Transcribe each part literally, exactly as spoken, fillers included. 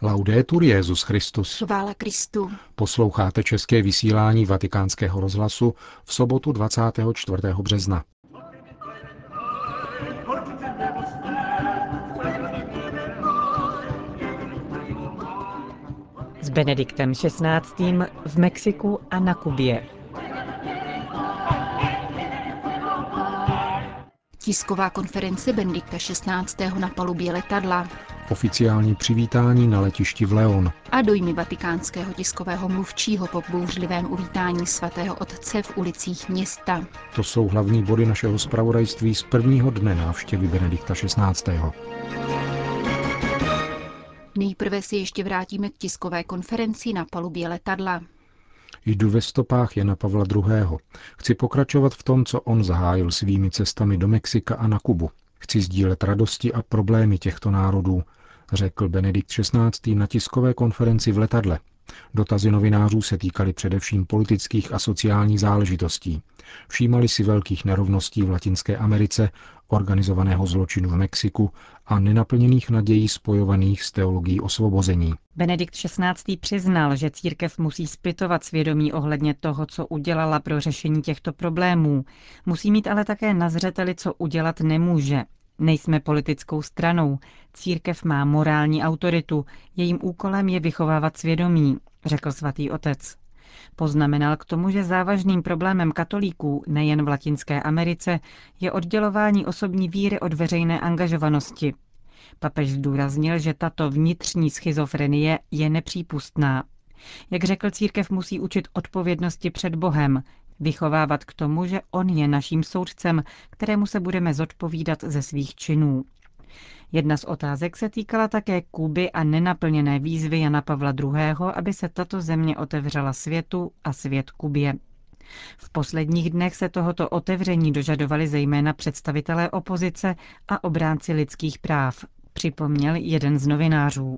Laudetur Jesus Christus. Chvála Kristu. Posloucháte české vysílání Vatikánského rozhlasu v sobotu dvacátého čtvrtého března. S Benediktem šestnáctým v Mexiku a na Kubě. Tisková konference Benedikta šestnáctého na palubě letadla. Oficiální přivítání na letišti v León. A dojmy vatikánského tiskového mluvčího po bouřlivém uvítání svatého otce v ulicích města. To jsou hlavní body našeho zpravodajství z prvního dne návštěvy Benedikta šestnáctého. Nejprve si ještě vrátíme k tiskové konferenci na palubě letadla. Jdu ve stopách Jana Pavla druhého. Chci pokračovat v tom, co on zahájil svými cestami do Mexika a na Kubu. Chci sdílet radosti a problémy těchto národů, řekl Benedikt šestnáctý na tiskové konferenci v letadle. Dotazy novinářů se týkaly především politických a sociálních záležitostí. Všímali si velkých nerovností v Latinské Americe, organizovaného zločinu v Mexiku a nenaplněných nadějí spojovaných s teologií osvobození. Benedikt šestnáctý přiznal, že církev musí zpytovat svědomí ohledně toho, co udělala pro řešení těchto problémů. Musí mít ale také na zřeteli, co udělat nemůže. Nejsme politickou stranou. Církev má morální autoritu. Jejím úkolem je vychovávat svědomí, řekl svatý otec. Poznamenal k tomu, že závažným problémem katolíků nejen v Latinské Americe je oddělování osobní víry od veřejné angažovanosti. Papež zdůraznil, že tato vnitřní schizofrenie je nepřípustná. Jak řekl, církev musí učit odpovědnosti před Bohem, vychovávat k tomu, že on je naším soudcem, kterému se budeme zodpovídat ze svých činů. Jedna z otázek se týkala také Kuby a nenaplněné výzvy Jana Pavla druhého., aby se tato země otevřela světu a svět Kubě. V posledních dnech se tohoto otevření dožadovali zejména představitelé opozice a obránci lidských práv, připomněl jeden z novinářů.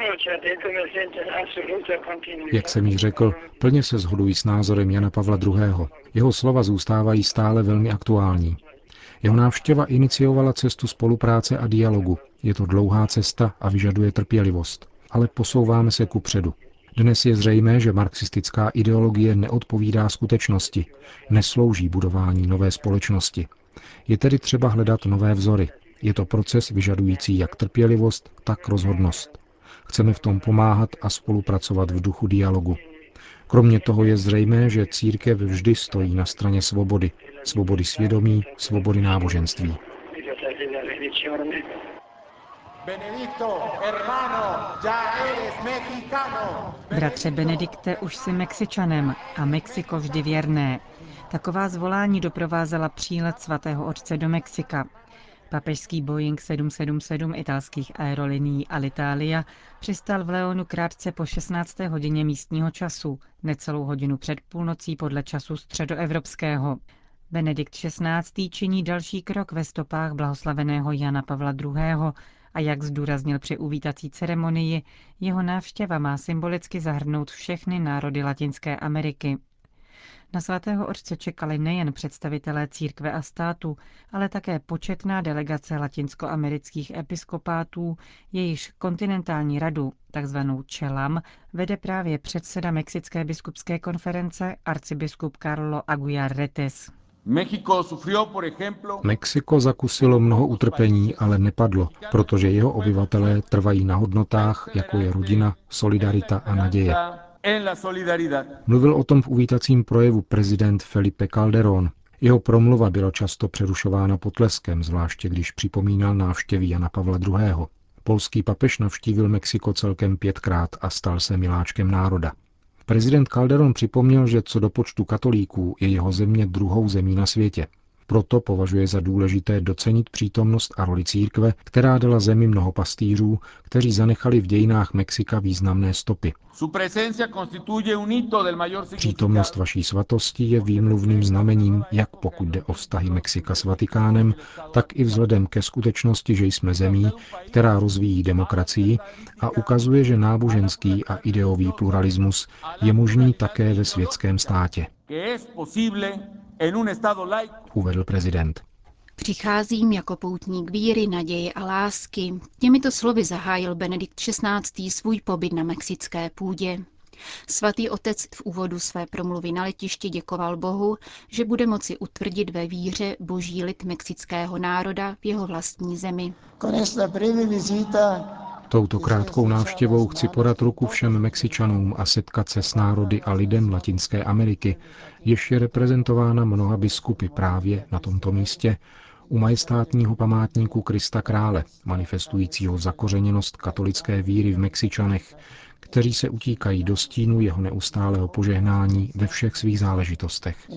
Jak jsem již řekl, plně se shodují s názorem Jana Pavla druhého. Jeho slova zůstávají stále velmi aktuální. Jeho návštěva iniciovala cestu spolupráce a dialogu. Je to dlouhá cesta a vyžaduje trpělivost. Ale posouváme se kupředu. Dnes je zřejmé, že marxistická ideologie neodpovídá skutečnosti, neslouží budování nové společnosti. Je tedy třeba hledat nové vzory. Je to proces vyžadující jak trpělivost, tak rozhodnost. Chceme v tom pomáhat a spolupracovat v duchu dialogu. Kromě toho je zřejmé, že církev vždy stojí na straně svobody. Svobody svědomí, svobody náboženství. Bratře Benedikte, už jsi Mexičanem a Mexiko vždy věrné. Taková zvolání doprovázela přílet svatého otce do Mexika. Papežský Boeing sedm sedm sedm italských aerolinií Alitalia přistál v Leónu krátce po šestnácté hodině místního času, necelou hodinu před půlnocí podle času středoevropského. Benedikt šestnáctý činí další krok ve stopách blahoslaveného Jana Pavla druhého. A jak zdůraznil při uvítací ceremonii, jeho návštěva má symbolicky zahrnout všechny národy Latinské Ameriky. Na svatého otce čekali nejen představitelé církve a státu, ale také početná delegace latinskoamerických episkopátů, jejíž kontinentální radu, takzvanou ČELAM, vede právě předseda Mexické biskupské konference arcibiskup Carlo Aguiar Retes. Mexiko zakusilo mnoho utrpení, ale nepadlo, protože jeho obyvatelé trvají na hodnotách, jako je rodina, solidarita a naděje. Mluvil o tom v uvítacím projevu prezident Felipe Calderón. Jeho promluva byla často přerušována potleskem, zvláště když připomínal návštěvy Jana Pavla druhého. Polský papež navštívil Mexiko celkem pětkrát a stal se miláčkem národa. Prezident Calderón připomněl, že co do počtu katolíků je jeho země druhou zemí na světě. Proto považuje za důležité docenit přítomnost a roli církve, která dala zemi mnoho pastýřů, kteří zanechali v dějinách Mexika významné stopy. Přítomnost vaší svatosti je výmluvným znamením, jak pokud jde o vztahy Mexika s Vatikánem, tak i vzhledem ke skutečnosti, že jsme zemí, která rozvíjí demokracii a ukazuje, že náboženský a ideový pluralismus je možný také ve světském státě, uvedl prezident. Přicházím jako poutník víry, naděje a lásky. Těmito slovy zahájil Benedikt šestnáctý. svůj pobyt na mexické půdě. Svatý otec v úvodu své promluvy na letišti děkoval Bohu, že bude moci utvrdit ve víře boží lid mexického národa v jeho vlastní zemi. Touto krátkou návštěvou chci podat ruku všem Mexičanům a setkat se s národy a lidem Latinské Ameriky, jež je reprezentována mnoha biskupy právě na tomto místě, u majestátního památníku Krista Krále, manifestujícího zakořeněnost katolické víry v Mexičanech, kteří se utíkají do stínu jeho neustálého požehnání ve všech svých záležitostech.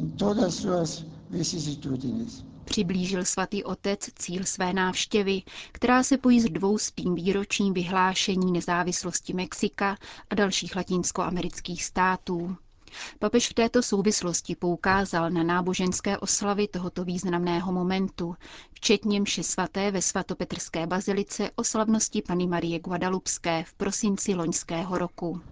Přiblížil svatý otec cíl své návštěvy, která se pojí s dvoustým výročím vyhlášení nezávislosti Mexika a dalších latinskoamerických států. Papež v této souvislosti poukázal na náboženské oslavy tohoto významného momentu, včetně mše svaté ve svatopetrské bazilice o slavnosti Panny Marie Guadalupské v prosinci loňského roku.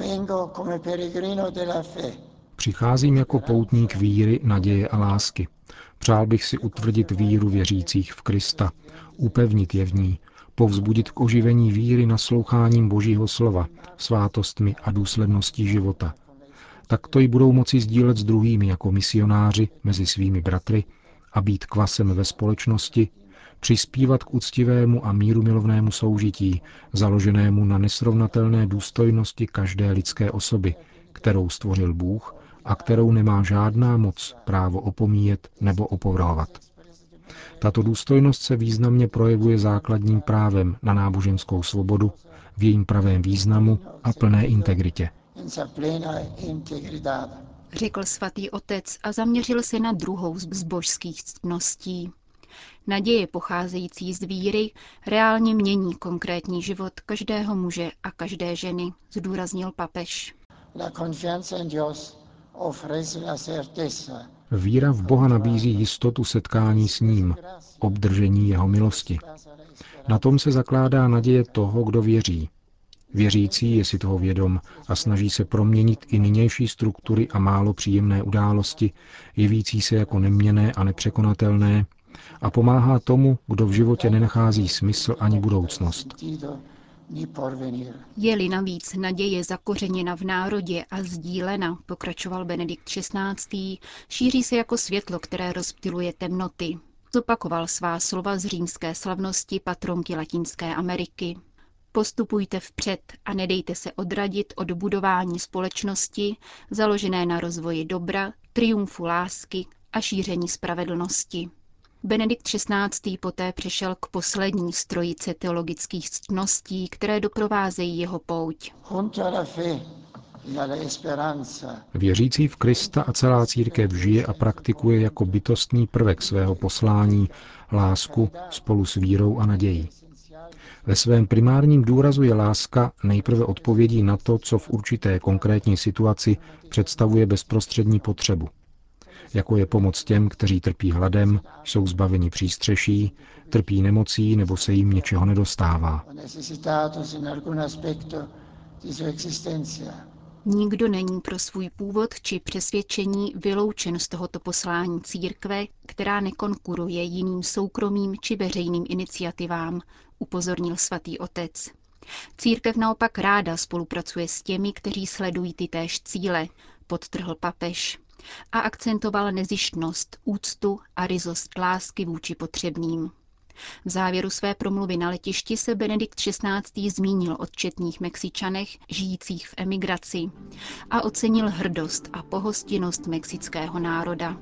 Přicházím jako poutník víry, naděje a lásky. Přál bych si utvrdit víru věřících v Krista, upevnit je v ní, povzbudit k oživení víry nasloucháním Božího slova, svátostmi a důsledností života. Takto ji budou moci sdílet s druhými jako misionáři mezi svými bratry a být kvasem ve společnosti, přispívat k úctivému a mírumilovnému soužití, založenému na nesrovnatelné důstojnosti každé lidské osoby, kterou stvořil Bůh a kterou nemá žádná moc právo opomíjet nebo opovrhovat. Tato důstojnost se významně projevuje základním právem na náboženskou svobodu v jejím pravém významu a plné integritě. Řekl svatý otec a zaměřil se na druhou z božských ctností. Naděje pocházející z víry reálně mění konkrétní život každého muže a každé ženy, zdůraznil papež. Víra v Boha nabízí jistotu setkání s ním, obdržení jeho milosti. Na tom se zakládá naděje toho, kdo věří. Věřící je si toho vědom a snaží se proměnit i nynější struktury a málo příjemné události, jevící se jako neměnné a nepřekonatelné, a pomáhá tomu, kdo v životě nenachází smysl ani budoucnost. Je-li navíc naděje zakořeněna v národě a sdílena, pokračoval Benedikt šestnáctý. šíří se jako světlo, které rozptyluje temnoty. Zopakoval svá slova z římské slavnosti patronky Latinské Ameriky. Postupujte vpřed a nedejte se odradit od budování společnosti, založené na rozvoji dobra, triumfu lásky a šíření spravedlnosti. Benedikt šestnáctý. poté přešel k poslední z trojice teologických ctností, které doprovázejí jeho pouť. Věřící v Krista a celá církev žije a praktikuje jako bytostný prvek svého poslání lásku spolu s vírou a nadějí. Ve svém primárním důrazu je láska nejprve odpovědí na to, co v určité konkrétní situaci představuje bezprostřední potřebu. Jako je pomoc těm, kteří trpí hladem, jsou zbaveni přístřeší, trpí nemocí nebo se jim něčeho nedostává. Nikdo není pro svůj původ či přesvědčení vyloučen z tohoto poslání církve, která nekonkuruje jiným soukromým či veřejným iniciativám, upozornil svatý otec. Církev naopak ráda spolupracuje s těmi, kteří sledují tytéž cíle, podtrhl papež, a akcentoval nezištnost, úctu a ryzost lásky vůči potřebným. V závěru své promluvy na letišti se Benedikt šestnáctý. zmínil o četných Mexičanech žijících v emigraci a ocenil hrdost a pohostinnost mexického národa.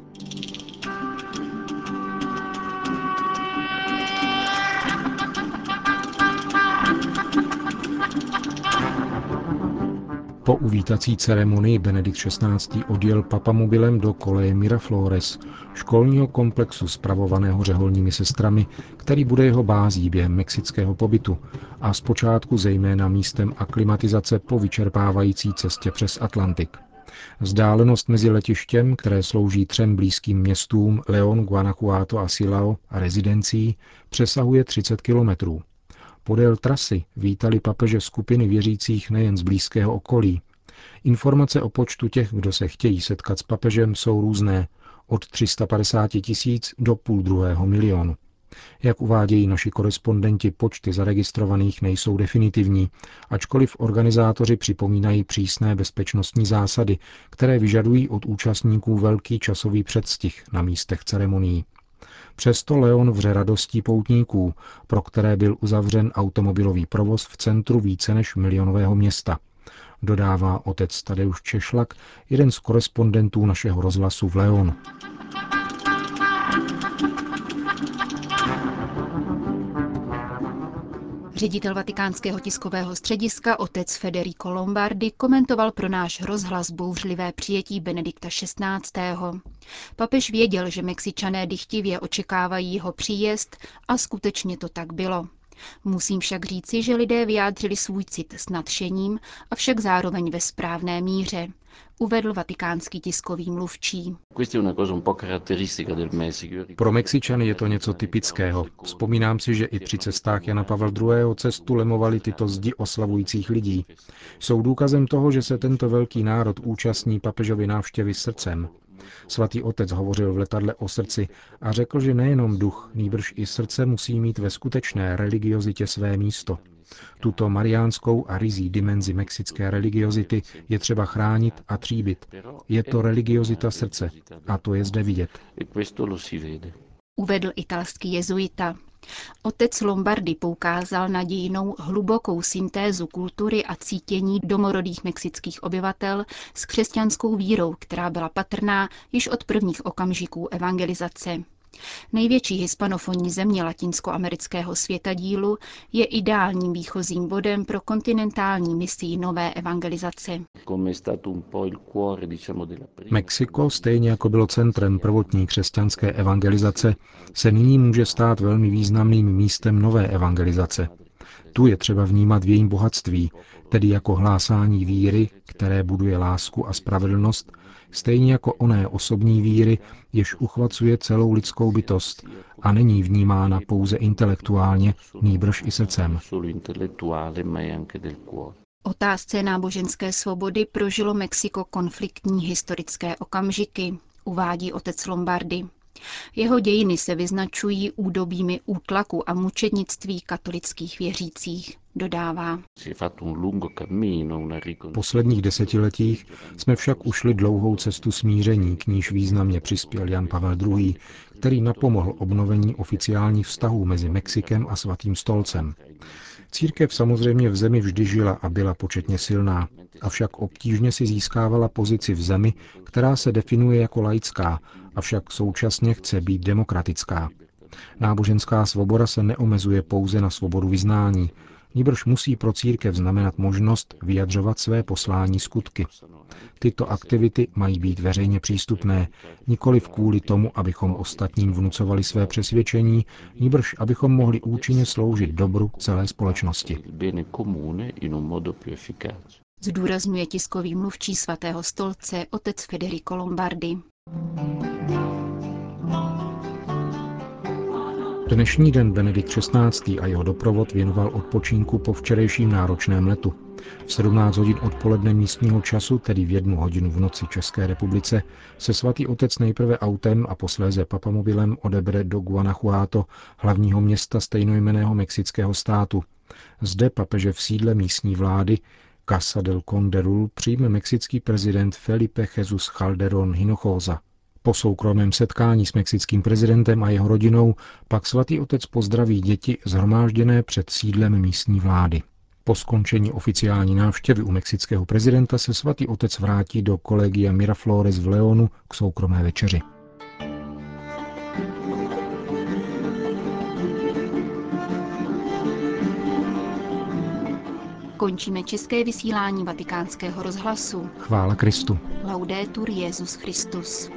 Po uvítací ceremonii Benedikt šestnáctý. odjel papamobilem do koleje Miraflores, školního komplexu spravovaného řeholními sestrami, který bude jeho bází během mexického pobytu a zpočátku zejména místem aklimatizace po vyčerpávající cestě přes Atlantik. Vzdálenost mezi letištěm, které slouží třem blízkým městům León, Guanajuato a Silao a rezidencí, přesahuje třicet kilometrů. Podél trasy vítali papeže skupiny věřících nejen z blízkého okolí. Informace o počtu těch, kdo se chtějí setkat s papežem, jsou různé. od tři sta padesát tisíc do půl druhého milionu. Jak uvádějí naši korespondenti, počty zaregistrovaných nejsou definitivní, ačkoliv organizátoři připomínají přísné bezpečnostní zásady, které vyžadují od účastníků velký časový předstih na místech ceremonií. Přesto León vře radostí poutníků, pro které byl uzavřen automobilový provoz v centru více než milionového města. Dodává otec Tadeusz Češlak, jeden z korespondentů našeho rozhlasu v Leónu. Ředitel Vatikánského tiskového střediska otec Federico Lombardi komentoval pro náš rozhlas bouřlivé přijetí Benedikta šestnáctého. Papež věděl, že Mexičané dychtivě očekávají jeho příjezd a skutečně to tak bylo. Musím však říci, že lidé vyjádřili svůj cit s nadšením, avšak zároveň ve správné míře, uvedl vatikánský tiskový mluvčí. Pro Mexičany je to něco typického. Vzpomínám si, že i při cestách Jana Pavla druhého. cestu lemovaly tyto zdi oslavujících lidí. Jsou důkazem toho, že se tento velký národ účastní papežovy návštěvy srdcem. Svatý otec hovořil v letadle o srdci a řekl, že nejenom duch, nýbrž i srdce musí mít ve skutečné religiozitě své místo. Tuto mariánskou a rizí dimenzi mexické religiozity je třeba chránit a tříbit. Je to religiozita srdce a to je zde vidět. Uvedl italský jezuita. Otec Lombardi poukázal na dějinnou hlubokou syntézu kultury a cítění domorodých mexických obyvatel s křesťanskou vírou, která byla patrná již od prvních okamžiků evangelizace. Největší hispanofonní země latinskoamerického světadílu je ideálním výchozím bodem pro kontinentální misi nové evangelizace. Mexiko, stejně jako bylo centrem prvotní křesťanské evangelizace, se nyní může stát velmi významným místem nové evangelizace. Tu je třeba vnímat v jejím bohatství, tedy jako hlásání víry, které buduje lásku a spravedlnost, stejně jako oné osobní víry, jež uchvacuje celou lidskou bytost a není vnímána pouze intelektuálně, nýbrž i srdcem. Otázce náboženské svobody prožilo Mexiko konfliktní historické okamžiky, uvádí otec Lombardi. Jeho dějiny se vyznačují údobími útlaku a mučednictví katolických věřících, dodává. V posledních desetiletích jsme však ušli dlouhou cestu smíření, k níž významně přispěl Jan Pavel druhý., který napomohl obnovení oficiálních vztahů mezi Mexikem a Svatým stolcem. Církev samozřejmě v zemi vždy žila a byla početně silná, avšak obtížně si získávala pozici v zemi, která se definuje jako laická, avšak současně chce být demokratická. Náboženská svoboda se neomezuje pouze na svobodu vyznání, nýbrž musí pro církev znamenat možnost vyjadřovat své poslání skutky. Tyto aktivity mají být veřejně přístupné, nikoliv kvůli tomu, abychom ostatním vnucovali své přesvědčení, nýbrž abychom mohli účinně sloužit dobru celé společnosti. Zdůrazňuje tiskový mluvčí Svatého stolce otec Federico Lombardi. Dnešní den Benedikt šestnáctý. a jeho doprovod věnoval odpočinku po včerejším náročném letu. V sedmnáct hodin odpoledne místního času, tedy v jednu hodinu v noci České republice, se svatý otec nejprve autem a posléze papamobilem odebere do Guanajuato, hlavního města stejnojmenného mexického státu. Zde papeže v sídle místní vlády Casa del Conderul přijme mexický prezident Felipe Jesus Calderón Hinojosa. Po soukromém setkání s mexickým prezidentem a jeho rodinou pak svatý otec pozdraví děti shromážděné před sídlem místní vlády. Po skončení oficiální návštěvy u mexického prezidenta se svatý otec vrátí do Collegia Miraflores v Leónu k soukromé večeři. Končíme české vysílání Vatikánského rozhlasu. Chvála Kristu. Laudetur Jesus Christus.